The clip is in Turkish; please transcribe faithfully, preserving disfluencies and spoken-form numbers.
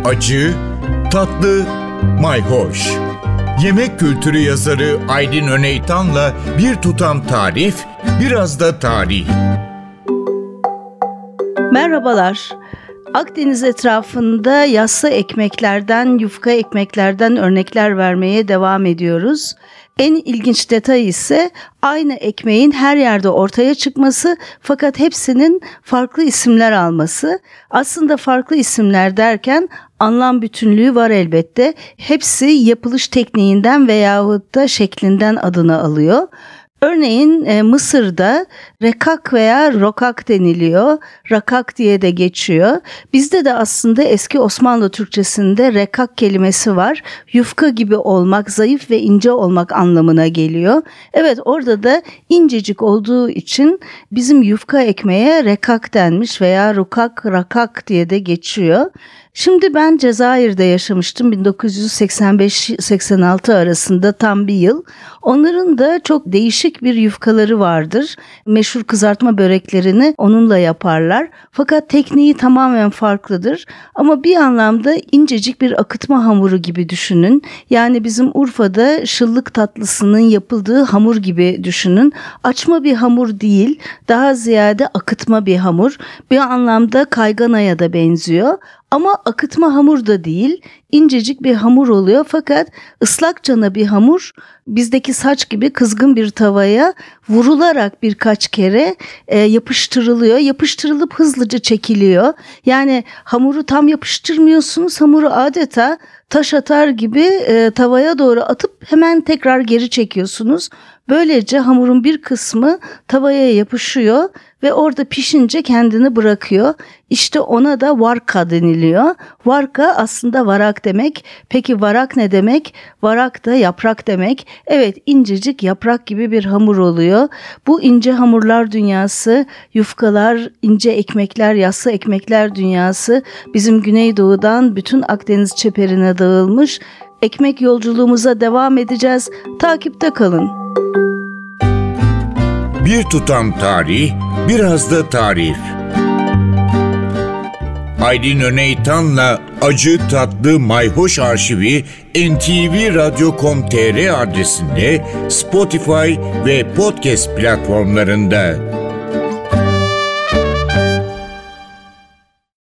acı, tatlı, mayhoş. Yemek kültürü yazarı Aydin Öneytan'la bir tutam tarif, biraz da tarih. Merhabalar. Akdeniz etrafında yassı ekmeklerden, yufka ekmeklerden örnekler vermeye devam ediyoruz. En ilginç detay ise aynı ekmeğin her yerde ortaya çıkması fakat hepsinin farklı isimler alması. Aslında farklı isimler derken anlam bütünlüğü var elbette. Hepsi yapılış tekniğinden veyahut da şeklinden adını alıyor. Örneğin e, Mısır'da rekak veya rokak deniliyor. Rakak diye de geçiyor. Bizde de aslında eski Osmanlı Türkçesinde rekak kelimesi var. Yufka gibi olmak, zayıf ve ince olmak anlamına geliyor. Evet, orada da incecik olduğu için bizim yufka ekmeğe rekak denmiş veya rukak, rakak diye de geçiyor. Şimdi ben Cezayir'de yaşamıştım bin dokuz yüz seksen beş seksen altı arasında tam bir yıl. Onların da çok değişik bir yufkaları vardır. Meşhur kızartma böreklerini onunla yaparlar. Fakat tekniği tamamen farklıdır. Ama bir anlamda incecik bir akıtma hamuru gibi düşünün. Yani bizim Urfa'da şıllık tatlısının yapıldığı hamur gibi düşünün. Açma bir hamur değil, daha ziyade akıtma bir hamur. Bir anlamda kayganaya da benziyor. Ama akıtma hamur da değil, incecik bir hamur oluyor fakat ıslakçana bir hamur bizdeki saç gibi kızgın bir tavaya vurularak birkaç kere e, yapıştırılıyor. Yapıştırılıp hızlıca çekiliyor. Yani hamuru tam yapıştırmıyorsunuz, hamuru adeta taş atar gibi e, tavaya doğru atıp hemen tekrar geri çekiyorsunuz. Böylece hamurun bir kısmı tavaya yapışıyor ve orada pişince kendini bırakıyor. İşte ona da varka deniliyor. Varka aslında varak demek. Peki varak ne demek? Varak da yaprak demek. Evet, incecik yaprak gibi bir hamur oluyor. Bu ince hamurlar dünyası, yufkalar, ince ekmekler, yassı ekmekler dünyası bizim Güneydoğu'dan bütün Akdeniz çeperine dağılmış. Ekmek yolculuğumuza devam edeceğiz. Takipte kalın. Bir tutam tarih, biraz da tarif. Aydin Öneytan'la acı tatlı mayhoş arşivi en ti vi radyo nokta com nokta tr adresinde, Spotify ve podcast platformlarında.